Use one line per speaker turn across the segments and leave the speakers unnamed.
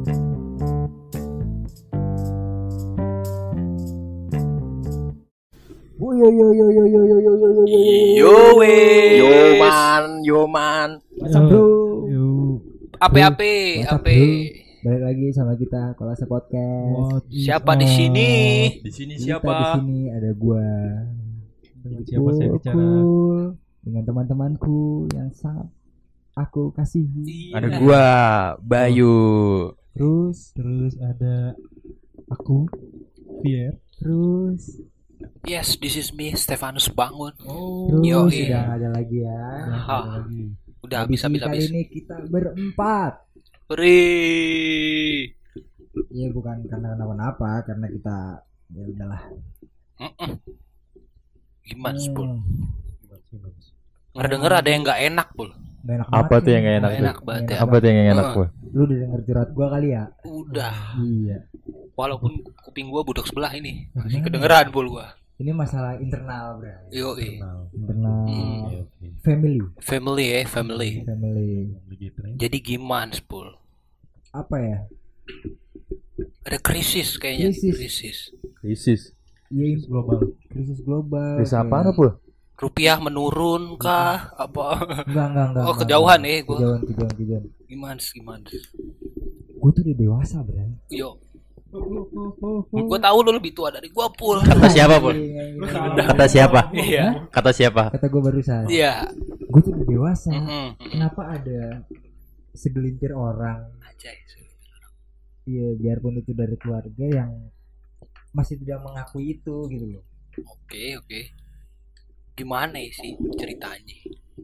Yo man.
What's up bro?
Ape.
Balik lagi sama kita Kolase Podcast.
Siapa di sini?
Di sini
Di
siapa?
sini ada gua.
Dengan siapa saya bicara?
Dengan teman-temanku yang sangat aku kasihi.
Ada gua, Bayu.
Terus
ada aku, Pierre.
terus
Yes, this is me, Stefanus Bangun.
terus
Yo,
sudah ada lagi ya.
Udah
Habis
habis.
kali ini kita berempat.
Beri.
Ya bukan karena kenapa-napa, karena kita ya udahlah.
Gimana sih, Pul?
Hmm.
Ngedenger ada yang nggak enak, Pul.
Nggak enak
Apa
banget
tuh yang
nih.
nggak enak
Nggak
tuh?
enak banget ya.
Apa tuh yang enak gua?
Lu udah denger curhat gua kali ya?
Udah.
Iya.
Walaupun kuping gua budek sebelah ini. Masih kedengeran, Pul, gua.
Ini masalah internal, bro.
Yo,
Internal
Hmm.
family.
family. Jadi gimana, Pul?
Apa ya?
Ada krisis kayaknya.
Krisis.
Krisis.
Iya, krisis global.
Krisis
kayak-
apa apa?
Rupiah menurun kah? Apa?
Enggak.
Oh, kejauhan ya, gua.
Kejauhan.
Gimana?
Gue tuh udah dewasa, bro.
Yo. Gua tahu lu lebih tua dari gua, Pul.
Kata siapa, Pul? Kata siapa?
Iya.
Kata siapa?
Kata gue barusan.
Iya.
Gue tuh udah dewasa.
Mm-mm.
Kenapa ada segelintir orang,
Anjay.
ya biarpun itu dari keluarga, yang masih tidak mengakui itu gitu loh.
Oke. Gimana sih ceritanya?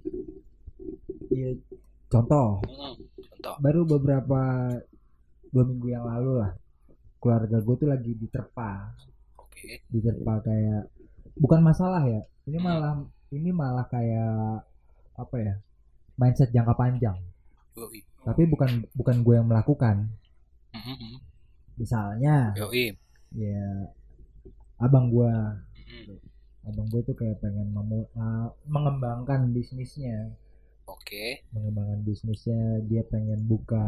Iya, contoh.
Contoh.
Baru beberapa 2 minggu yang lalu lah, keluarga gue tuh lagi diterpa
Oke.
kayak, bukan masalah ya, ini malah kayak apa ya, mindset jangka panjang,
Yoi.
tapi bukan gue yang melakukan.
Mhm.
Misalnya
Yoi.
ya abang gue tuh kayak pengen mengembangkan bisnisnya.
Oke.
Dia pengen buka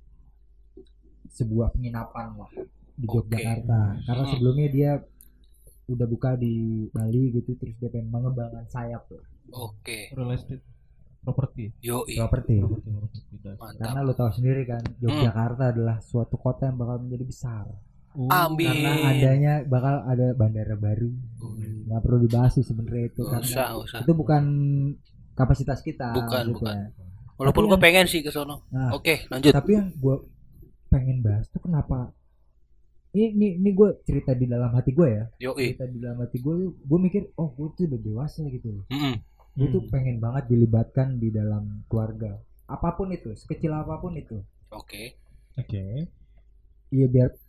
sebuah penginapan lah di
Oke.
Yogyakarta, karena sebelumnya dia udah buka di Bali gitu, terus dia pengen mengembangkan sayap tuh,
Oke.
Real estate properti.
Yoi.
properti. Karena
Mantap.
lo tahu sendiri kan, Yogyakarta adalah suatu kota yang bakal menjadi besar.
Amin.
Karena bakal ada bandara baru. Nggak perlu dibahas sih sebenarnya itu,
Nggak
karena
usah.
itu bukan kapasitas kita.
Bukan.
maksudnya.
Walaupun
Tapi
gua pengen sih ke sono.
Nah,
Oke, lanjut.
Tapi yang gue pengen bahas tuh kenapa? Ini gue cerita di dalam hati gue ya.
Yoi.
Cerita di dalam hati gue mikir, oh gue tuh udah dewasa gitu.
Mm-mm.
Gue tuh pengen banget dilibatkan di dalam keluarga. Apapun itu, sekecil apapun itu.
Oke.
Iya,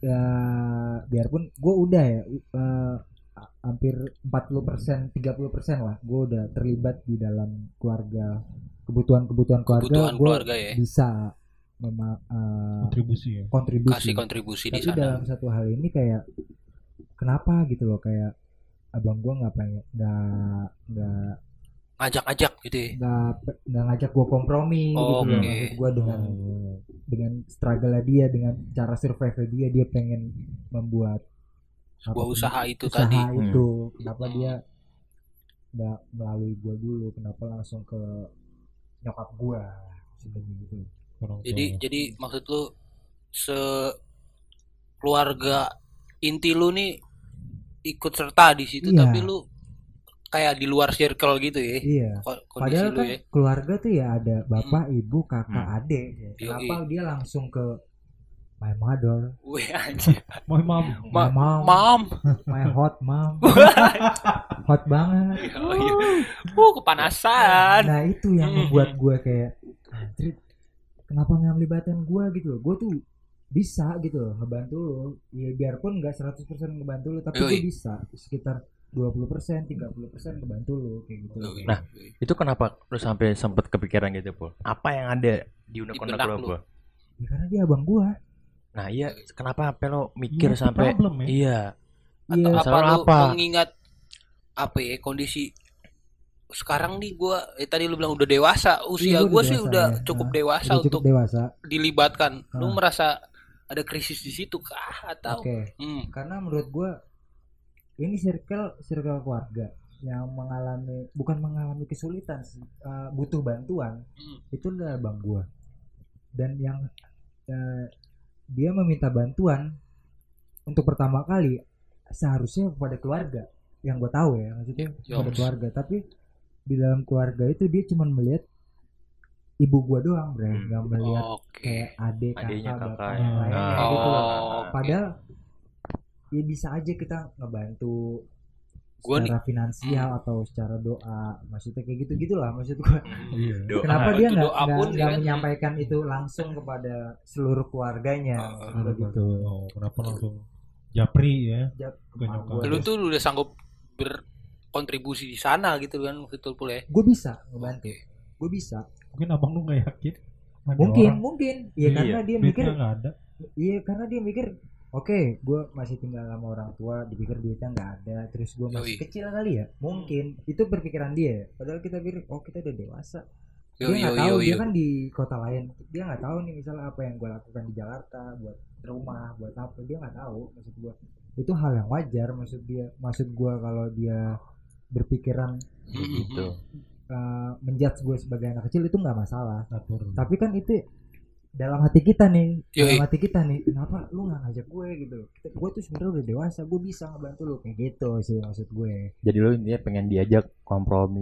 biarpun gue udah ya hampir 40%, 30% lah gue udah terlibat di dalam keluarga, kebutuhan
Kebutuhan
keluarga gue
keluarga ya.
bisa
Kontribusi ya.
kontribusi.
Kasih kontribusi di
Tapi
sana.
dalam satu hal ini kayak kenapa gitu loh, kayak abang gue nggak
Ajak-ajak gitu ya.
nggak ngajak gue kompromi gitu loh.
Oke.
Maksud gue dengan struggle dia, dengan cara survive dia pengen membuat
Sebuah usaha itu
usaha
tadi.
itu. Kenapa dia nggak melalui gue dulu, kenapa langsung ke nyokap gue seperti gitu.
Jadi maksud lu keluarga inti lu nih ikut serta di situ,
Iya.
tapi lu kayak di luar circle gitu ya.
Iya.
Kondisi
Padahal
lu
kan
ya.
keluarga tuh ya ada bapak, ibu, kakak, adik. Ya. Kenapa
Yoi.
dia langsung ke my mother,
Wih anjir.
My mom.
my mom,
Mom.
my hot mom, hot banget.
Kepanasan.
Nah itu yang membuat gue kayak, anjir, kenapa nggak melibatkan gue gitu loh? Gue tuh bisa gitu loh ngebantu lo. Ya biarpun nggak 100% ngebantu lo, tapi gue
Yoi.
bisa sekitar 20%, 30% ngebantu lo kayak gitu.
Nah, itu kenapa lu sampai sempet kepikiran gitu, Pul? Apa yang ada di unek-unek
benak
lu,
lu.
Pul?
Ya, karena dia abang gue.
Nah, iya, kenapa apa lo mikir
Multi
sampai
problem, ya?
iya.
Iya.
Atau
Masalah
apa lu
apa?
mengingat apa ya kondisi sekarang nih gua tadi lu bilang udah dewasa, usia
Iya,
gua
udah
sih
dewasa,
udah
ya.
cukup
Nah,
dewasa
udah cukup
untuk
dewasa.
dilibatkan. Lu
Nah.
merasa ada krisis di situ kah atau
Oke. Karena menurut gue ini circle keluarga yang bukan mengalami kesulitan sih, butuh bantuan, itu adalah bang gue, dan yang dia meminta bantuan untuk pertama kali seharusnya kepada keluarga, yang gue tahu ya, maksudnya kepada keluarga, tapi di dalam keluarga itu dia cuma melihat ibu gua doang, bro, nggak melihat kayak adik, kakak, bapak yang lainnya gitu loh. Padahal ya bisa aja kita ngebantu secara finansial atau secara doa, maksudnya kayak gitu-gitulah maksud gua. Kenapa dia nggak menyampaikan itu langsung kepada seluruh keluarganya gitu?
Kenapa langsung japri ya?
Lu tuh udah sanggup berkontribusi di sana gitu kan, betul pula ya.
Gue bisa ngebantu, gue bisa.
Mungkin abang lu nggak yakin?
Mungkin ya karena dia mikir nggak ada. Iya karena dia mikir oke, gue masih tinggal sama orang tua, dipikir duitnya nggak ada, terus gue masih kecil kali ya, mungkin itu berpikiran dia. Padahal kita pikir kita udah dewasa. Dia nggak tahu, dia kan di kota lain, dia nggak tahu nih misalnya apa yang gue lakukan di Jakarta buat rumah, buat apa, dia nggak tahu. Maksud gue itu hal yang wajar, maksud gue kalau dia berpikiran
begitu.
Menjudge gue sebagai anak kecil itu nggak masalah. Tapi kan itu dalam hati kita nih, kenapa lu nggak ngajak gue gitu? Gue tuh sebenarnya udah dewasa, gue bisa ngebantu lu kayak gitu sih maksud gue.
Jadi lu dia pengen diajak kompromi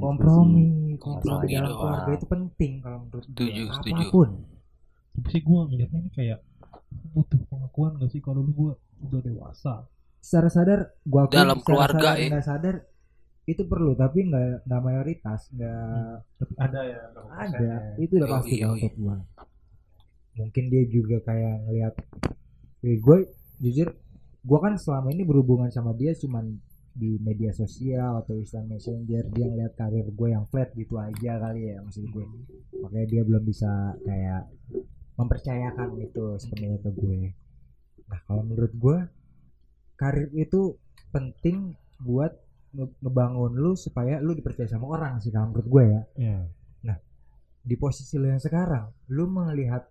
dalam keluarga itu penting kalau menurut gue.
Apapun.
Tapi sih gue ngeliatnya ini kayak butuh pengakuan nggak sih kalau lu gue udah dewasa?
Secara sadar gue
dalam keluarga
nggak sadar itu perlu, tapi nggak mayoritas, nggak.
Tapi ada ya.
Ada, itu udah pasti untuk gue. Mungkin dia juga kayak ngelihat, gue jujur, gue kan selama ini berhubungan sama dia cuman di media sosial atau Instant Messenger. Dia ngeliat karir gue yang flat gitu aja kali ya, maksud gue. Makanya dia belum bisa kayak mempercayakan itu sepenuhnya ke gue. Nah kalau menurut gue, karir itu penting buat ngebangun lu supaya lu dipercaya sama orang sih kalau menurut gue ya. Nah di posisi lu yang sekarang, lu melihat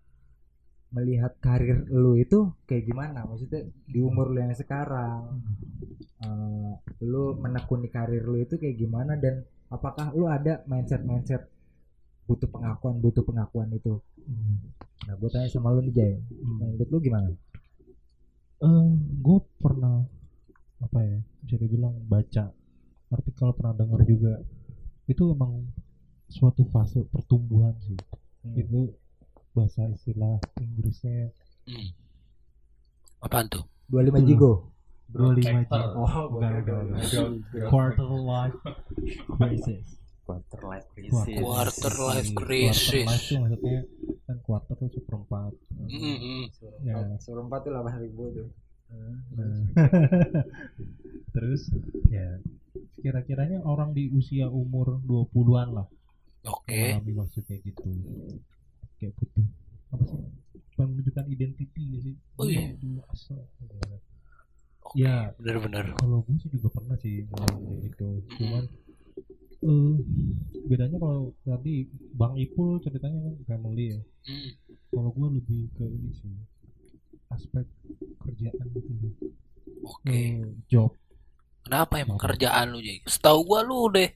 karir lu itu kayak gimana? Maksudnya di umur lu yang sekarang, lu menekuni karir lu itu kayak gimana, dan apakah lu ada mindset butuh pengakuan itu? Nah gue tanya sama lu nih Jay, menurut lu gimana?
Gue pernah bisa dibilang baca artikel, pernah dengar juga, itu emang suatu fase pertumbuhan sih. Itu bahasa istilah Inggrisnya
apaan tuh?
25 jigo.
25 jigo.
Bukan.
Quarter life crisis.
Quarter life
itu maksudnya kan quarter tuh seperempat.
Seperempat tuh 8.000 tuh.
Terus ya kira-kiranya orang di usia umur 20-an lah mengalami maksudnya gitu, kayak butuh apa sih, menunjukkan identiti ya sih. Dewasa ya
benar-benar.
Kalau gue sih juga pernah sih kayak gitu, cuman bedanya kalau tadi Bang Ipul ceritanya kan family ya, kalau gue lebih ke ini sih, aspek kerjaan gitu. Job.
Kenapa emang kerjaan lu Jay? Setahu gua lu udah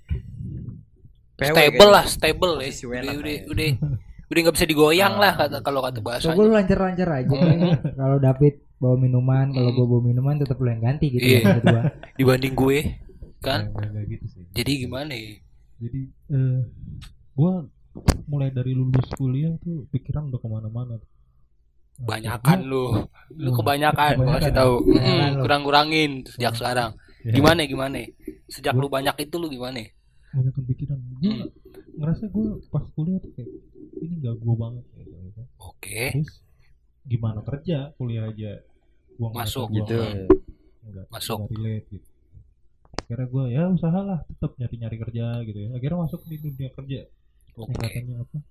stable ya. Udah nggak bisa digoyang lah kalau kata bahasanya.
Gue lancar-lancar aja. Kalau David bawa minuman, kalau gue bawa minuman tetap lu yang ganti gitu.
Iya. Dibanding gue kan.
Gitu sih.
Jadi gimana ya?
Jadi gue mulai dari lulus kuliah tuh pikiran udah kemana-mana.
Banyakan lu kebanyakan gua kasih tahu. Kurang-kurangin sejak sekarang. Gimana? Sejak lu banyak itu lu gimana?
Banyak pikiran. Gue ngerasa gue pas kuliah tuh kayak ini gak gue banget gitu. Terus gimana kerja, kuliah aja gua
masuk
gitu.
Masuk relate gitu. Akhirnya gue ya usahalah tetap nyari kerja gitu ya. Akhirnya masuk di dunia kerja. Katanya apa?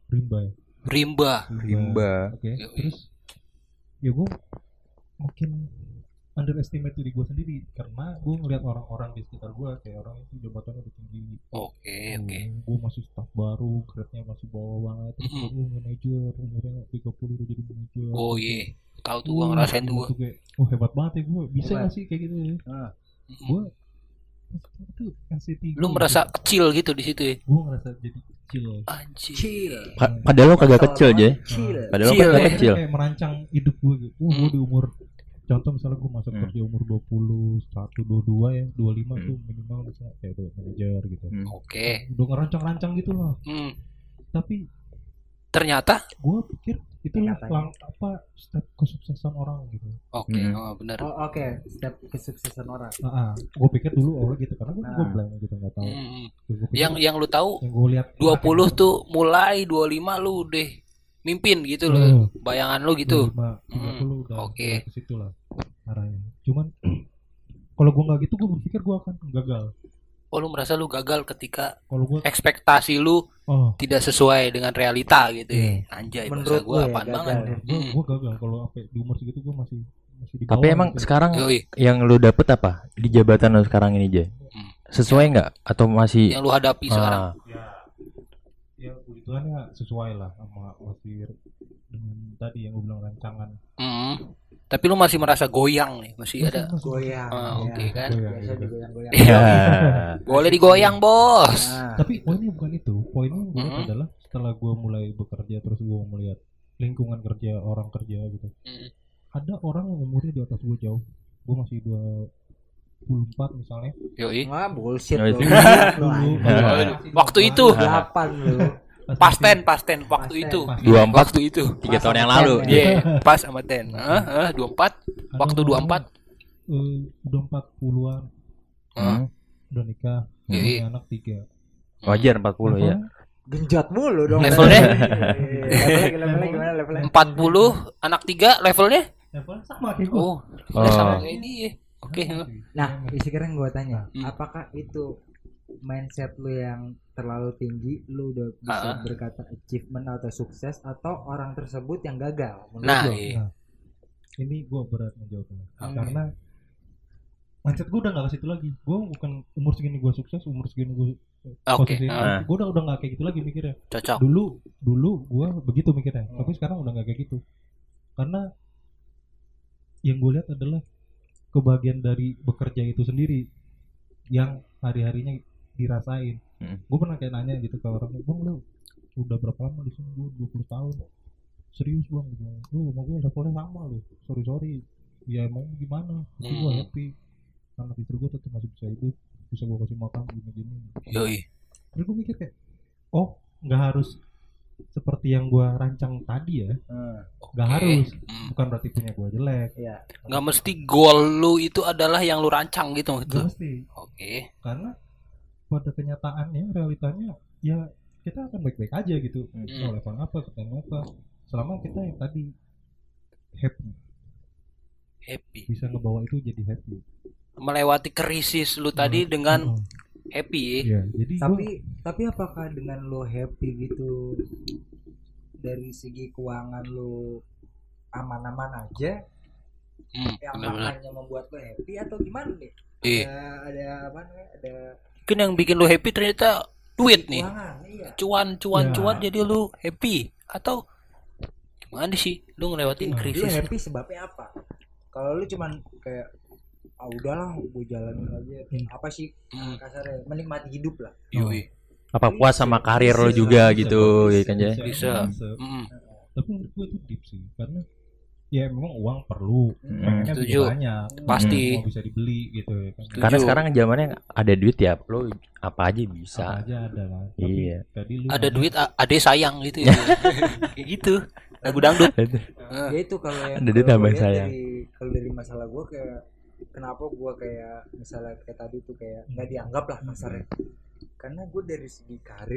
Rimba.
Oke.
Terus ya gue makin underestimate diri gue sendiri karena gue ngeliat orang-orang di sekitar gue kayak orang itu jabatannya udah tinggi.
Oke.
Gue masih staff baru, grade-nya masih bawah banget. Terus gue manajer, umurnya 30 udah jadi manajer.
Oh iya. Tahu tuh gua ngerasain tuh.
Tuh kayak, oh hebat banget ya gue. Bisa
Hebat.
gak sih kayak gitu ya? Gue itu NCT
Lu merasa kecil gitu di situ ya?
gue ngerasa jadi kecil.
Anjir.
Padahal lo kagak kecil aja. Padahal lo
Kecil,
kagak
ya.
kecil.
Kayak merancang hidup gue gitu. Gue di umur, contoh misalnya gue masuk kerja umur 21, 22 ya, 25 tuh minimal bisa kayak udah manajer gitu.
Oke.
Udah ngerancang-rancang gitu lah.
Hmm.
Tapi
Ternyata
gue pikir itu
Kenyataannya.
step kesuksesan orang gitu.
oke, oh benar.
Oke, step kesuksesan orang.
Gue pikir dulu awalnya gitu karena gue blank gitu nggak tahu.
Hmm.
Gua pikir
Yang lu tahu
yang gue lihat
20 tuh mulai 25 lu deh mimpin gitu loh. Bayangan lu gitu.
30 udah
Oke.
ke situ lah arahnya. Cuman kalau gue nggak gitu gue berpikir gue akan gagal.
Oh, lu merasa lu gagal ketika
Kalau gue
ekspektasi lu tidak sesuai dengan realita gitu ya. Anjay,
Menurut
bahasa gua
lu ya,
apaan
gagal
banget.
ya?
gue gagal kalau sampai di umur segitu gue masih di bawah.
Tapi emang
gitu.
sekarang
Yoi.
yang lu dapet apa di jabatan lu sekarang ini aja? Sesuai nggak atau masih?
Yang lu hadapi sekarang.
ya begituannya sesuai lah sama masih dengan tadi yang gue bilang rancangan.
Tapi lu masih merasa goyang nih, masih ada.
Goyang.
Oke kan.
Biasa digoyang-goyang.
Iya.
Boleh digoyang, Bos.
Tapi poinnya bukan itu. Poinnya gue adalah setelah gue mulai bekerja terus gue melihat lingkungan kerja, orang kerja gitu. Ada orang yang umurnya di atas gue jauh. Gue masih 24 misalnya.
Yoi.
Wah, bullshit
Yoi.
lu.
Waktu itu
8 lu.
pasten waktu
Pasten.
itu.
24
Waktu itu.
3 tahun yang lalu.
Iya, pas sama Ten. 24 waktu 24.
Udah 40-an, udah nikah,
Iya.
punya anak 3.
Wajar 40 ya.
Genjot mulu dong.
Levelnya?
Levelnya gimana levelnya?
40 anak 3 levelnya?
Levelnya sama kayak gue.
Oh, levelnya sama kayak dia. Oke.
Nah, sekarang gue tanya,
Hmm.
apakah itu mindset lu yang terlalu tinggi, lu udah bisa berkata achievement atau sukses, atau orang tersebut yang gagal? Menurut
Nah,
lu?
iya.
Ini gue berat menjawabnya karena mindset gue udah nggak ke situ lagi. Gue bukan umur segini gue sukses, umur segini gue
Oke.
gue udah nggak kayak gitu lagi mikirnya.
Cocok.
Dulu gue begitu mikirnya, tapi sekarang udah nggak kayak gitu. Karena yang gue lihat adalah kebahagiaan dari bekerja itu sendiri yang hari-harinya dirasain. Gue pernah kayak nanya gitu ke orang, bang lu udah berapa lama di sini? Gue 20 tahun. Serius bang, lu sama gue levelnya sama lu. Sorry, ya mau gimana? Tapi gue happy. Anak istri gue tetap masih bisa hidup, bisa gue kasih makan gini-gini.
Yoi.
Terus gue mikir kayak, oh nggak harus seperti yang gue rancang tadi ya. Nggak harus, bukan berarti punya gue jelek.
Iya.
Nggak mesti goal lu itu adalah yang lu rancang gitu maksud lu.
Nggak mesti,
Oke.
karena pada kenyataannya, realitanya ya kita akan baik-baik aja gitu. Mau level apa, ketemu apa, selama kita yang tadi happy, bisa ngebawa itu jadi happy.
Melewati krisis lu tadi dengan happy.
Iya, jadi
Tapi apakah dengan lo happy gitu, dari segi keuangan lo aman-aman aja, yang
benar-benar.
makanya membuat lo happy, atau gimana nih?
Iya.
Ada apa namanya? Ada
Mungkin yang bikin lu happy ternyata duit nih.
keuangan, iya.
Cuan jadi lu happy, atau gimana sih lu ngelewatin
Lu
krisis?
happy sebabnya apa? Kalau lu cuman kayak udahlah gue jalanin aja, apa sih kasarnya, menikmati hidup lah.
Yoi.
Apa puas sama karir lo juga gitu ya kan ya?
Bisa.
Tapi menurut gue itu deep sih, karena ya memang uang perlu, pengennya
Setuju.
juga banyak,
Pasti.
semua bisa dibeli gitu ya kan.
Setuju.
Karena sekarang zamannya ada duit ya, lo apa aja bisa.
Apa aja ada lah. Tapi
Iya.
tadi lu
Ada duit ade sayang gitu ya. Kayak gitu. Lagu dangdut.
Ya itu kalau yang
Ada duit
kalau
tambah
gua lihat
sayang.
kalau dari masalah gue kayak kenapa gue kayak misalnya kayak tadi tuh kayak nggak dianggap lah kasarnya, karena gue dari segi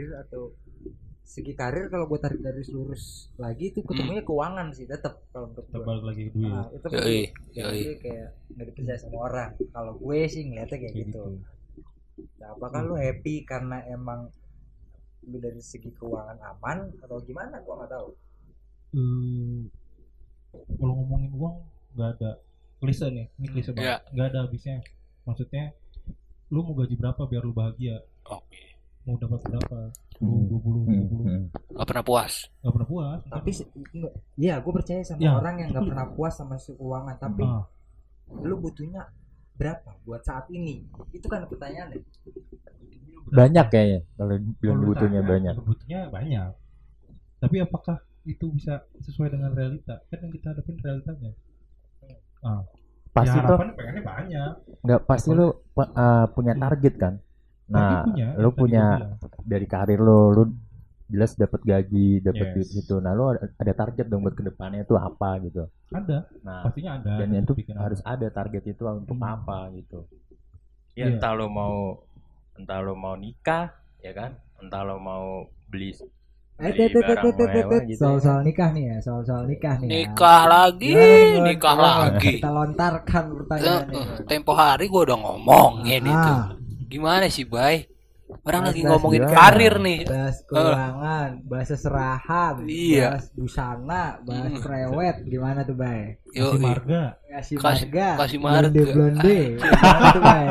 karir kalau gue tarik dari lurus lagi itu ketemunya keuangan sih tetap kalau untuk gue.
tebal lagi duit.
Nah, itu
Yoi.
jadi kayak nggak dipercaya sama orang. Kalau gue sih ngeliatnya kayak
Kayak
gitu. Nah, apakah lu happy karena emang lu dari segi keuangan aman atau gimana? Gue nggak tahu.
Kalau ngomongin uang nggak ada klise nih, ini klise banget, nggak ada habisnya. Maksudnya lu mau gaji berapa biar lu bahagia,
Oke.
mau dapat berapa, 20
Gak pernah puas.
nggak pernah puas.
Tapi iya gue percaya sama
Ya,
orang yang nggak pernah puas sama keuangan, tapi lu butuhnya berapa buat saat ini, itu kan pertanyaannya.
Banyak kayaknya kalau bilang
Kalau
butuhnya
ditanya,
banyak.
butuhnya banyak, tapi apakah itu bisa sesuai dengan realita? Kan yang kita hadapin realitanya.
Pasti
ya,
tuh
harapannya pengennya banyak.
nggak pasti lu punya target kan. Nah, lu punya dari karir lu jelas dapat gaji, dapat duit itu. Nah, lu ada target dong buat kedepannya itu apa gitu.
Ada,
Nah,
pastinya ada.
dan itu harus ada target itu untuk apa gitu. Ya
Iya.
entah lu mau nikah, ya kan? Entah lu mau beli barang mewah gitu.
Soal nikah nih ya, soal nikah nih.
Nikah lagi, nikah lagi.
Kita lontarkan pertanyaannya.
Tempo hari gue udah ngomongin itu.
Ah,
Gimana sih, Bay? Orang lagi
bahas
ngomongin
gimana?
karir nih.
bahas keuangan, bahas serahan,
Iya.
bahas busana, bahas prewed, gimana tuh, Bay?
Yo,
Kasih marga.
Kasih
Kasih-
marga,
kasih marga.
blonde, gimana tuh, Bay?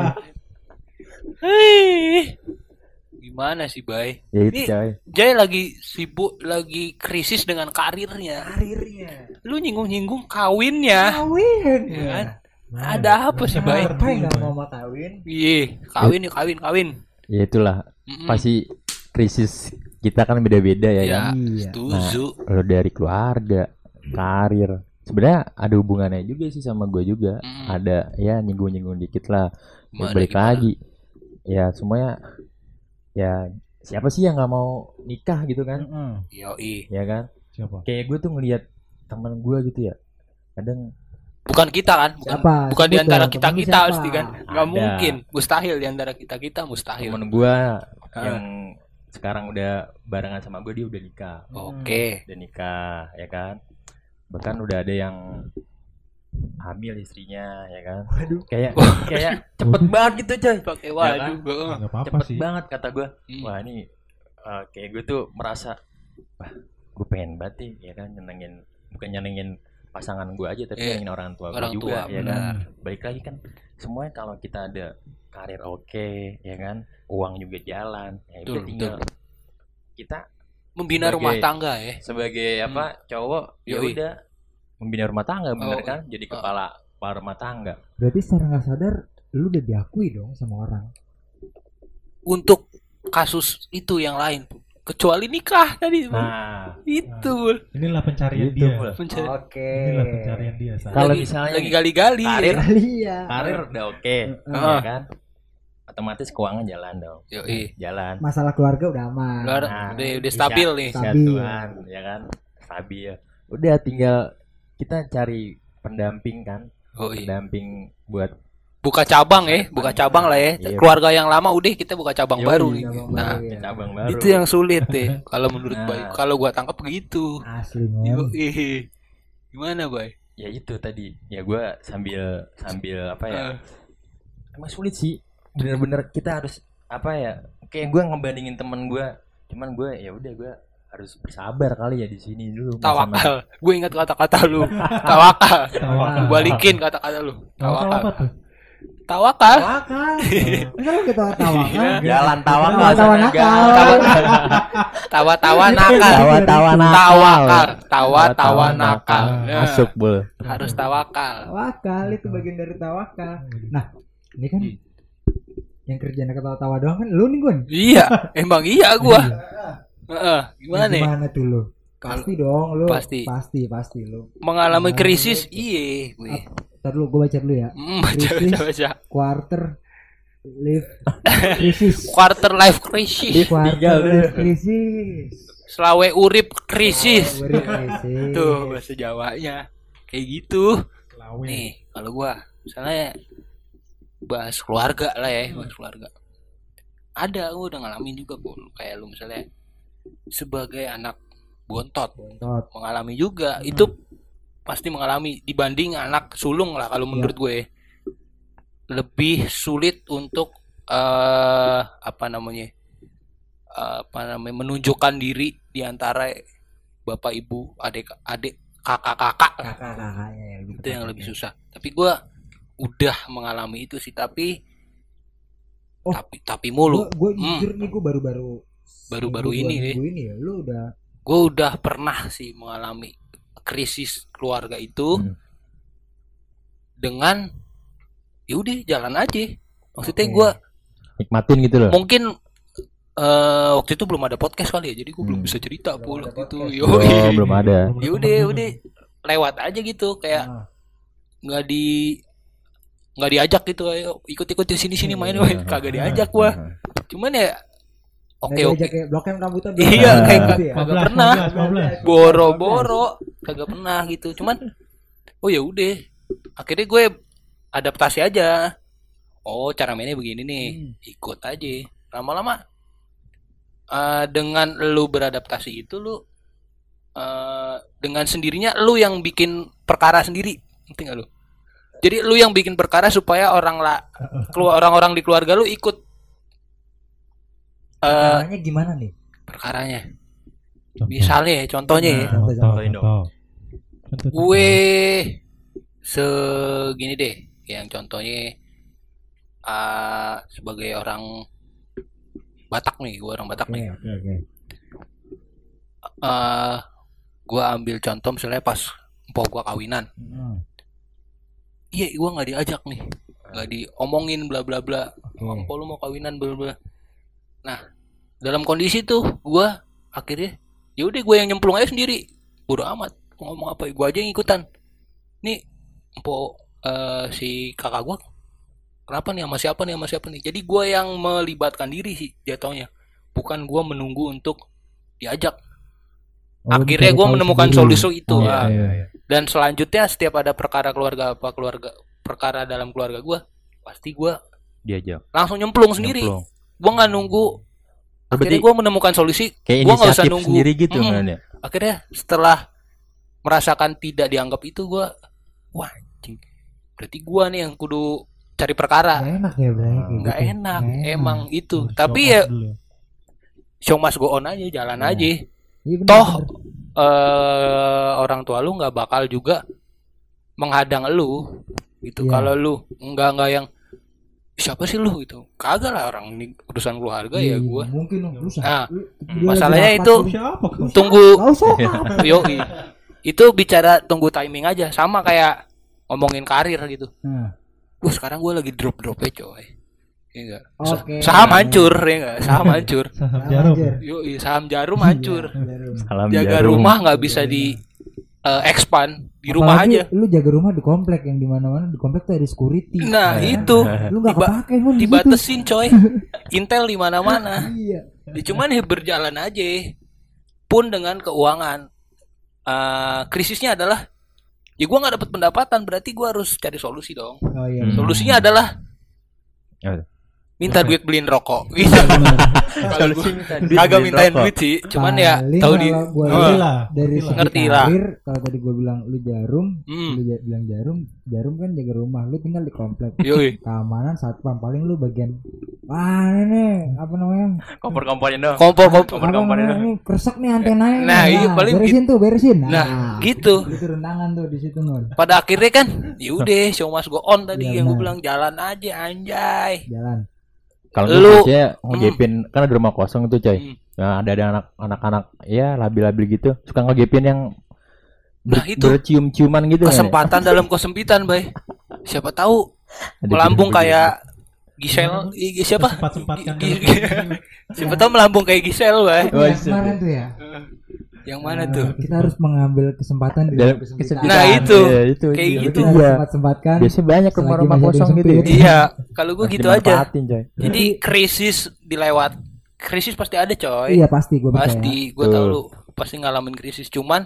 gimana sih, Bay?
Ya itu
Ini-
coy.
Jay lagi sibuk, lagi krisis dengan karirnya.
Karirnya,
Lu nyinggung-nyinggung kawinnya.
kawin,
Ya kan?
Nah,
Ada apa sih, Bay?
Apa yang nggak mau kawin?
Iya, kawin nih, kawin.
Ya itulah
Mm-mm.
pasti krisis kita kan beda-beda ya
Ya,
kan.
Iya.
setuju.
Lo dari keluarga, karir. Sebenarnya ada hubungannya juga sih sama gue juga.
Mm.
Ada ya nyinggung-nyinggung dikit lah. Ya,
Gimana,
balik
gimana?
lagi. Ya semuanya ya siapa sih yang nggak mau nikah gitu kan?
Yoi.
Ya kan?
Siapa?
Kayak gue tuh ngelihat teman gue gitu ya. Kadang
Bukan kita kan?
Siapa?
Bukan di
Sebut
antara
dong,
kita
temen lu
kita
siapa?
pasti kan? Nggak
Ada.
mungkin, mustahil di antara kita mustahil.
temen gue
Ah.
yang sekarang udah barengan sama gue dia udah nikah.
Oke.
Udah nikah ya kan. Bahkan udah ada yang hamil istrinya ya kan.
Waduh.
Kayak cepet banget gitu coy.
Pakai
Ya
waduh.
kan?
Heeh.
Nggak apa-apa
Cepet
sih.
banget kata gue.
Hmm.
Wah ini kayak gue tuh merasa wah gue pengen banget nih ya kan nyenengin, bukan nyenengin pasangan gue aja tapi
Iya.
nyenengin orang tua gue
Orang
juga
tua,
ya
benar.
kan. Balik lagi kan semuanya kalau kita ada karir oke ya kan, uang juga jalan ya
Betul,
udah tinggal kita
Membina
Sebagai-
rumah tangga ya.
sebagai apa cowok ya
Yoi.
udah membina rumah tangga bener
Oh,
kan, jadi kepala rumah tangga.
Berarti secara nggak sadar lu udah diakui dong sama orang.
Untuk kasus itu yang lain, kecuali nikah tadi. Bul.
Nah
Itu, Bul.
Inilah pencarian
gitu
dia.
Bul.
Pencari-
Oke.
Inilah pencarian dia. Sa.
Kalau
lagi-
misalnya
lagi
nih,
gali-gali
karir-
ya.
Iya.
karir udah oke
Heeh.
ya kan, otomatis keuangan jalan dong,
Yoi.
jalan.
Masalah keluarga udah aman.
Luar-
Nah,
udah
bisa-
stabil nih.
bisa
Stabil.
Tuhan, ya kan, stabil. Udah tinggal kita cari pendamping kan,
Yoi.
pendamping buat
Buka cabang ya, buka cabang lah ya.
Iya.
Keluarga yang lama udah kita buka cabang
Yoi,
baru nih.
cabang
Nah,
baru. Iya.
cabang baru.
itu yang sulit deh. Kalau menurut
Nah.
Bay, kalau gua tangkap begitu.
Asli men.
Yoi. Gimana, Bay?
Ya itu tadi, ya gue sambil apa ya,
Eh.
emang sulit sih, bener-bener kita harus apa ya, kayak gue ngebandingin temen gue, cuman gue ya udah gue harus bersabar kali ya di sini dulu.
Tawakal. Gue ingat kata-kata lu. Tawakal.
Tawakal.
Lu balikin kata-kata lu.
Tawakal apa
Tawakal.
tuh?
Tawakal.
Tawakal. Masa lu ketawa-tawa kan?
Jalan tawakal,
Tawa-tawa
sana,
nakal.
jalan.
Tawa-tawa nakal.
Tawa-tawa nakal.
Tawakal. Tawa-tawa nakal. Ya,
Masuk bul.
harus tawakal.
Tawakal itu bagian dari tawakal. Nah, ini kan yang kerjanya ketawa-tawa doang kan lu nih Gun.
Iya, emang iya gua. Heeh, gimana nih?
Gimana tuh lu? Pasti dong lu.
Pasti.
Pasti lu.
Mengalami krisis, iya gue.
Ntar dulu gue baca dulu ya.
Baca,
Krisis.
baca.
Quarter life krisis.
Quarter life crisis.
Quarter life krisis.
Selawe urip krisis.
Beri krisis.
Tuh bahasa Jawanya. Kayak gitu.
Lawe.
Nih, kalau gua misalnya bahas keluarga lah ya, bahas keluarga. Ada gua udah ngalamin juga, Bol. Kayak lu misalnya sebagai anak bontot
Bontot.
mengalami juga. Itu pasti mengalami dibanding anak sulung lah kalau menurut gue. Lebih sulit untuk apa namanya menunjukkan diri di antara bapak ibu, adik
kakak-kakaknya yang
itu yang lebih susah. Tapi gue udah mengalami itu sih, tapi mulu.
Gue jujur nih, gue baru
ini nih.
Ya, lu udah.
Gue udah pernah sih mengalami krisis keluarga itu dengan ya udah jalan aja. Maksudnya gue
nikmatin gitu loh.
Mungkin waktu itu belum ada podcast kali ya, jadi gue belum bisa cerita pula gitu.
Belum ada.
Ya udah lewat aja gitu, kayak nggak diajak gitu, ayo ikut di sini main, kagak diajak gua. Cuman ya oke.
Kayak Blok M rambutan.
Iya, kayak kagak pernah. Boro-boro kagak pernah gitu. Cuman ya udah. Akhirnya gue adaptasi aja. Oh, cara mainnya begini nih. Ikut aja. Lama-lama dengan lu beradaptasi itu lu dengan sendirinya lu yang bikin perkara sendiri. Ngerti enggak lu? Jadi lu yang bikin perkara supaya orang-orang di keluarga lu ikut.
Perkaranya gimana nih?
Perkaranya. Misalnya contohnya ya.
Contoh.
Gue segini deh, yang contohnya sebagai orang Batak nih, gue orang Batak nih. Gue ambil contoh misalnya pas empok gue kawinan. Iya, gue nggak diajak nih, nggak diomongin bla bla bla. Empok lu mau kawinan bla bla. Nah, dalam kondisi tuh gue akhirnya ya udah gue yang nyemplung aja sendiri. Bodo amat ngomong apa, gue aja yang ikutan. Nih empok si kakak gue kenapa nih sama siapa nih. Jadi gue yang melibatkan diri sih jatuhnya, bukan gue menunggu untuk diajak. Akhirnya gue menemukan solusi itu. Dan selanjutnya setiap ada perkara perkara dalam keluarga gue, pasti gue
diajak,
langsung nyemplung sendiri. Gue nggak nunggu. Akhirnya gue menemukan solusi.
Gue nggak usah nunggu sendiri gitu kan ya.
Akhirnya setelah merasakan tidak dianggap itu, gue wah anjing, berarti gue nih yang kudu cari perkara.
Gak enak ya bro.
Gak enak emang itu. Tapi ya show must go on aja, jalan aja. Toh orang tua lu nggak bakal juga menghadang lu gitu. Kalau lu nggak yang siapa sih lu gitu, kagak lah, orang ini urusan keluarga ya gue.
Mungkin
masalahnya itu tunggu itu bicara tunggu timing aja, sama kayak ngomongin karir gitu. Sekarang gue lagi drop-dropnya coy. Iya enggak? Saham hancur ya enggak? Saham hancur. Saham jarum hancur. Jaga rumah enggak bisa di expand di rumah aja.
Lu jaga rumah di komplek, yang di mana-mana di komplek tuh ada security.
Nah, itu.
Lu enggak kepake pun
dibatesin coy. Intel di mana-mana.
Iya.
Cuman ya berjalan aja. Pun dengan keuangan. Krisisnya adalah ya gue nggak dapat pendapatan, berarti gue harus cari solusi dong. Solusinya adalah minta duit beliin rokok. Kagak mintain duit sih, cuman ya tahu di
dari
ngerti lah.
Kalau tadi gue bilang lu jarum, lu bilang jarum kan jaga rumah, lu tinggal di komplek. Keamanan satpam, paling lu bagian ini apa namanya?
Kompor-kompornya dong.
Kompor-kompornya dong.
Ini kresek nih antenanya.
Nah, iya paling
beresin.
Nah, gitu.
Itu rentangan tuh di situ Nur.
Pada akhirnya kan, yaudah show must go on tadi yang gue bilang, jalan aja anjay.
Jalan.
Kalau lu ngegepin kan ada rumah kosong tuh coy. Nah, ada anak-anak ya labil-labil gitu suka ngegepin yang bercium-ciuman gitu.
Kesempatan dalam kesempitan, Bay. Siapa tahu melambung kayak Gisel, siapa? Siapa tahu melambung kayak Gisel, Bay.
Kemarin tuh ya.
Yang mana tuh?
Kita harus mengambil kesempatan di dalam kesempitan.
Nah, itu kayak gitu.
Sempatkan.
Biasanya banyak rumah-rumah kosong gitu.
Iya, kalau gue gitu aja. Jadi krisis dilewat. Krisis pasti ada, coy.
Iya, pasti gue percaya.
Pasti, gue tahu lu pasti ngalamin krisis. Cuman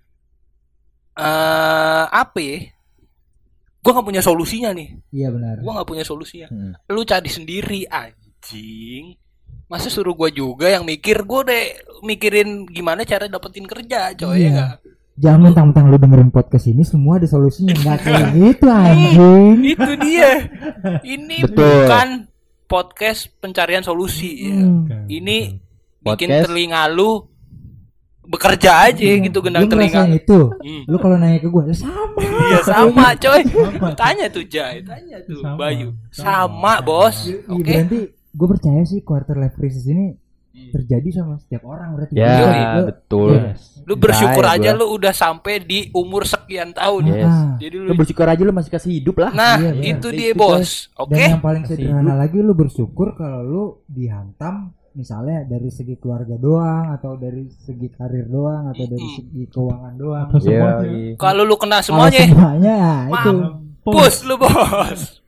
apa ya? Gue nggak punya solusinya nih.
Iya benar.
Gue nggak punya solusinya. Lu cari sendiri anjing. Masa suruh gue juga yang mikir, gue deh mikirin gimana cara dapetin kerja, coy.
Iya. Jangan mentang-mentang lu dengerin podcast ini semua ada solusinya, nggak kayak gitu anjing.
Itu dia. Ini bukan podcast pencarian solusi. Ya. Ini bikin telinga lu bekerja aja gitu gendang
Lu ngerasain
telinga.
itu. Lu kalau nanya ke gue, sama.
Iya sama coy. Tanya tuh Jay, tanya tuh
Sama.
Bayu. Sama bos.
Iya,
Oke.
berarti gue percaya sih quarter life crisis ini terjadi sama setiap orang berarti.
Ya,
Lu-
betul.
Lu bersyukur
Percaya
aja
gua.
lu udah sampai di umur sekian tahun.
Yes.
Jadi
Lu bersyukur aja lu masih kasih hidup lah.
Nah,
Iya,
itu
benar.
dia bos.
Dan
Oke.
yang paling sederhana lagi lu bersyukur kalau lu dihantam misalnya dari segi keluarga doang atau dari segi karir doang atau dari segi keuangan doang.
Atau
Iya.
semuanya.
Kalau lu kena
Kalau
semuanya,
semuanya ya, itu
mampus lu bos.